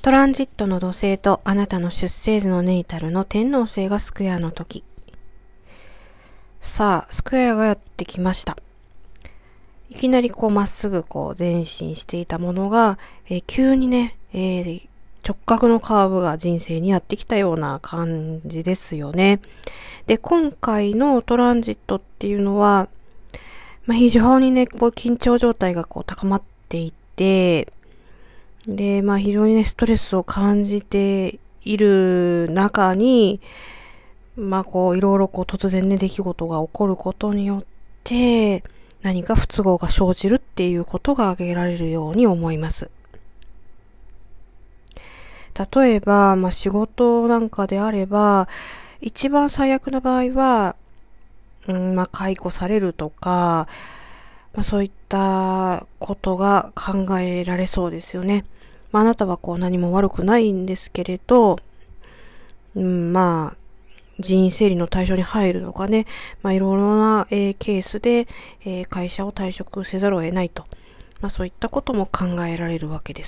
トランジットの土星とあなたの出生図のネイタルの天王星がスクエアの時。さあ、スクエアがやってきました。いきなりまっすぐ前進していたものが、急にね、直角のカーブが人生にやってきたような感じですよね。で、今回のトランジットっていうのは、非常にね、緊張状態が高まっていて、で、非常にね、ストレスを感じている中に、いろいろ突然ね、出来事が起こることによって、何か不都合が生じるっていうことが挙げられるように思います。例えば、仕事なんかであれば、一番最悪な場合は、解雇されるとか、そういったことが考えられそうですよね。あなたは何も悪くないんですけれど、人員整理の対象に入るとかね、いろいろな、ケースで、会社を退職せざるを得ないと。そういったことも考えられるわけです。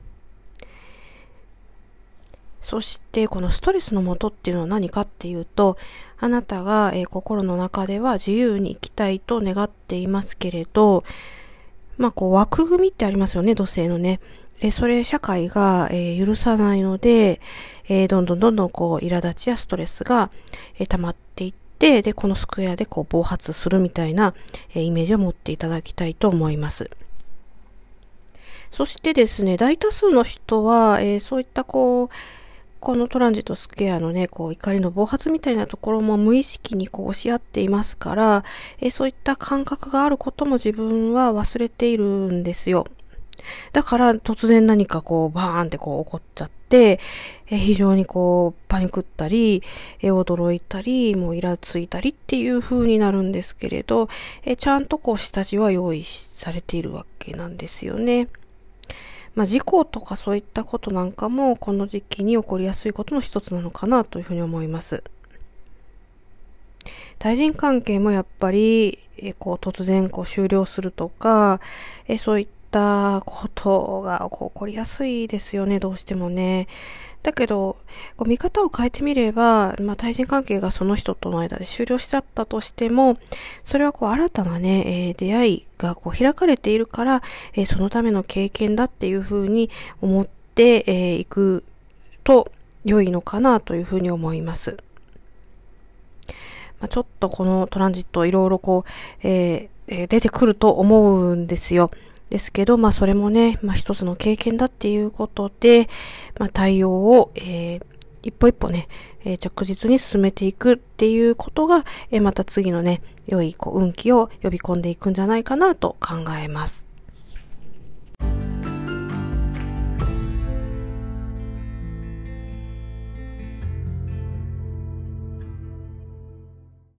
そしてこのストレスの元っていうのは何かっていうと、あなたが、心の中では自由に生きたいと願っていますけれど、枠組みってありますよね、土星のね。それ社会が、許さないので、どんどん苛立ちやストレスが、溜まっていって、で、このスクエアで暴発するみたいな、イメージを持っていただきたいと思います。そしてですね、大多数の人は、そういったこのトランジットスクエアのね、怒りの暴発みたいなところも無意識に押し合っていますから、そういった感覚があることも自分は忘れているんですよ。だから突然何かバーンって起こっちゃって、非常にパニクったり、驚いたり、もうイラついたりっていう風になるんですけれど、ちゃんと下地は用意されているわけなんですよね。事故とかそういったことなんかもこの時期に起こりやすいことの一つなのかなというふうに思います。対人関係もやっぱり、突然終了するとか、そういったことが起こりやすいですよね、どうしてもね。だけど、見方を変えてみれば、対人関係がその人との間で終了しちゃったとしても、それは新たなね、出会いが開かれているから、そのための経験だっていうふうに思っていくと良いのかなというふうに思います。ちょっとこのトランジットいろいろ出てくると思うんですよ。ですけど、それもね、一つの経験だっていうことで、対応を、一歩一歩ね、着実に進めていくっていうことが、また次のね、良い運気を呼び込んでいくんじゃないかなと考えます。